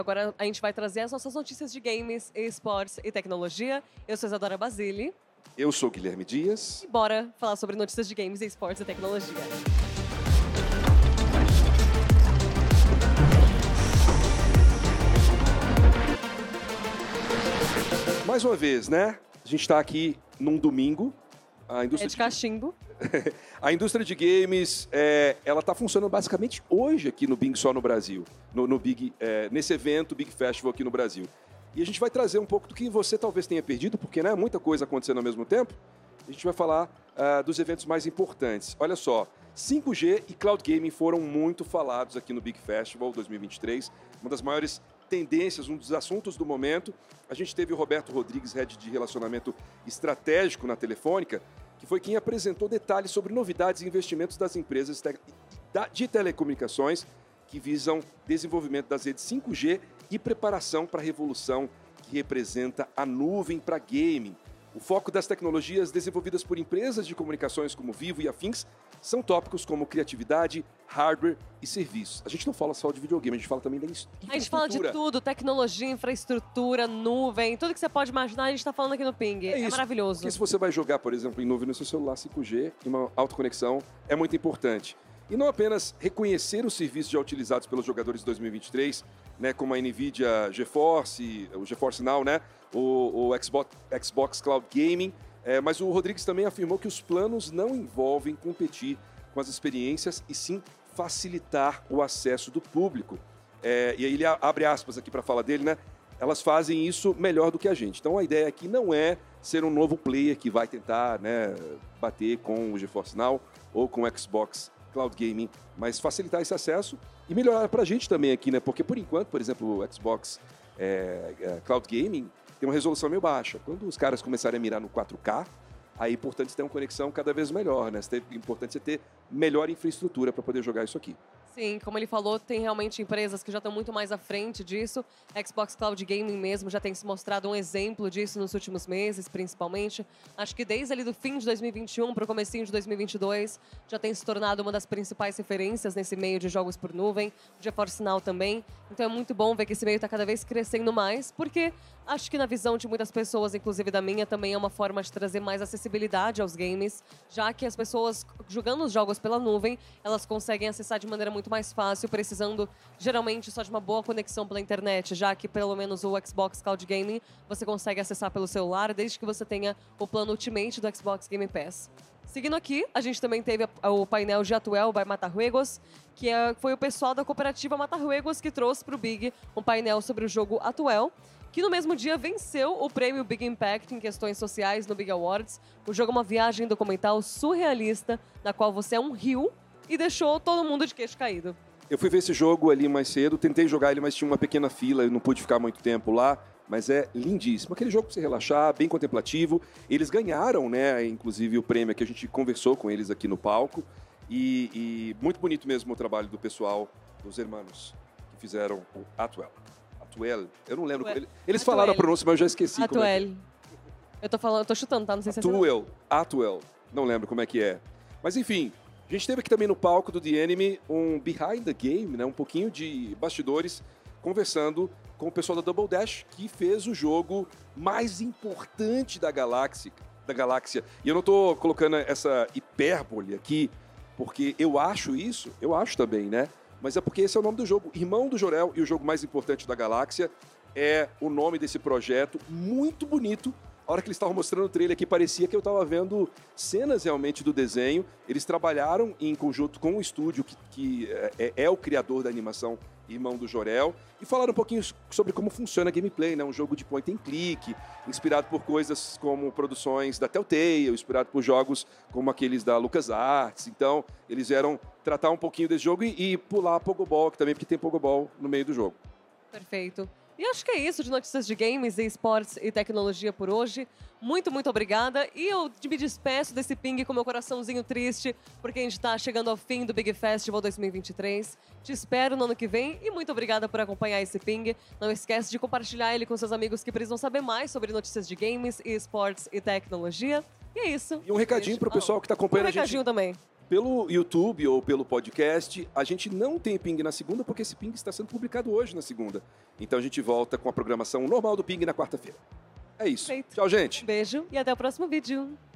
Agora a gente vai trazer as nossas notícias de games, esportes e tecnologia. Eu sou Isadora Basile. Eu sou Guilherme Dias. E bora falar sobre notícias de games, esportes e tecnologia. Mais uma vez, né? A gente está aqui num domingo. A É indústria de cachimbo. A indústria de games, ela está funcionando basicamente hoje aqui no Bing só no Brasil, nesse evento Big Festival aqui no Brasil. E a gente vai trazer um pouco do que você talvez tenha perdido, porque né, muita coisa acontecendo ao mesmo tempo. A gente vai falar dos eventos mais importantes. Olha só, 5G e Cloud Gaming foram muito falados aqui no Big Festival 2023, uma das maiores tendências, um dos assuntos do momento. A gente teve o Roberto Rodrigues, head de relacionamento estratégico na Telefônica, que foi quem apresentou detalhes sobre novidades e investimentos das empresas de telecomunicações que visam desenvolvimento das redes 5G e preparação para a revolução que representa a nuvem para gaming. O foco das tecnologias desenvolvidas por empresas de comunicações como Vivo e afins são tópicos como criatividade, hardware e serviços. A gente não fala só de videogame, a gente fala também da infraestrutura. A gente fala de tudo, tecnologia, infraestrutura, nuvem, tudo que você pode imaginar, a gente está falando aqui no Ping. É maravilhoso. Porque se você vai jogar, por exemplo, em nuvem no seu celular 5G, e uma alta conexão é muito importante. E não apenas reconhecer os serviços já utilizados pelos jogadores de 2023, né, como a NVIDIA GeForce, o GeForce Now, né, o Xbox Cloud Gaming, mas o Rodrigues também afirmou que os planos não envolvem competir com as experiências e sim facilitar o acesso do público. E aí ele abre aspas aqui para a fala dele, né? Elas fazem isso melhor do que a gente. Então a ideia aqui não é ser um novo player que vai tentar, né, bater com o GeForce Now ou com o Xbox Cloud Gaming, mas facilitar esse acesso e melhorar para a gente também aqui, né? Porque por enquanto, por exemplo, o Xbox Cloud Gaming tem uma resolução meio baixa. Quando os caras começarem a mirar no 4K, aí é importante ter uma conexão cada vez melhor, né? É importante você ter melhor infraestrutura para poder jogar isso aqui. Sim, como ele falou, tem realmente empresas que já estão muito mais à frente disso. Xbox Cloud Gaming mesmo já tem se mostrado um exemplo disso nos últimos meses, principalmente. Acho que desde ali do fim de 2021 para o comecinho de 2022, já tem se tornado uma das principais referências nesse meio de jogos por nuvem, o GeForce Now também. Então é muito bom ver que esse meio está cada vez crescendo mais, porque acho que na visão de muitas pessoas, inclusive da minha, também é uma forma de trazer mais acessibilidade aos games, já que as pessoas jogando os jogos pela nuvem, elas conseguem acessar de maneira muito mais fácil, precisando geralmente só de uma boa conexão pela internet, já que pelo menos o Xbox Cloud Gaming você consegue acessar pelo celular, desde que você tenha o plano Ultimate do Xbox Game Pass. Seguindo aqui, a gente também teve o painel de Atuel by Matajuegos, que foi o pessoal da cooperativa Matajuegos que trouxe para o Big um painel sobre o jogo Atuel, que no mesmo dia venceu o prêmio Big Impact em questões sociais no Big Awards. O jogo é uma viagem documental surrealista, na qual você é um rio e deixou todo mundo de queixo caído. Eu fui ver esse jogo ali mais cedo, tentei jogar ele, mas tinha uma pequena fila, eu não pude ficar muito tempo lá, mas é lindíssimo. Aquele jogo para você relaxar, bem contemplativo. Eles ganharam, né, inclusive o prêmio que a gente conversou com eles aqui no palco. E muito bonito mesmo o trabalho do pessoal, dos hermanos, que fizeram o Atuel. Atuel, eu não lembro. Eles falaram a pronúncia, mas eu já esqueci. Atuel. Eu tô chutando, tá? Não sei se é assim. Atuel. Não lembro como é que é. Mas enfim, a gente teve aqui também no palco do The Enemy um Behind the Game, né? Um pouquinho de bastidores, conversando com o pessoal da Double Dash, que fez o jogo mais importante da galáxia. E eu não tô colocando essa hipérbole aqui, porque eu acho também, né? Mas é porque esse é o nome do jogo. Irmão do Jor-El e o jogo mais importante da galáxia é o nome desse projeto, muito bonito. A hora que eles estavam mostrando o trailer aqui, parecia que eu estava vendo cenas realmente do desenho. Eles trabalharam em conjunto com o estúdio que é o criador da animação Irmão do Jor-El, e falaram um pouquinho sobre como funciona a gameplay, né? Um jogo de point and click, inspirado por coisas como produções da Telltale, inspirado por jogos como aqueles da LucasArts. Então, eles vieram tratar um pouquinho desse jogo e pular Pogobol aqui também, porque tem Pogobol no meio do jogo. Perfeito. E acho que é isso de notícias de games, e esportes e tecnologia por hoje. Muito, muito obrigada. E eu me despeço desse Ping com meu coraçãozinho triste, porque a gente está chegando ao fim do Big Festival 2023. Te espero no ano que vem e muito obrigada por acompanhar esse Ping. Não esquece de compartilhar ele com seus amigos que precisam saber mais sobre notícias de games, esportes e tecnologia. E é isso. E um recadinho para o pessoal que está acompanhando a gente. Um recadinho também. Pelo YouTube ou pelo podcast, a gente não tem Ping na segunda, porque esse Ping está sendo publicado hoje na segunda. Então a gente volta com a programação normal do Ping na quarta-feira. É isso. Perfeito. Tchau, gente. Beijo e até o próximo vídeo.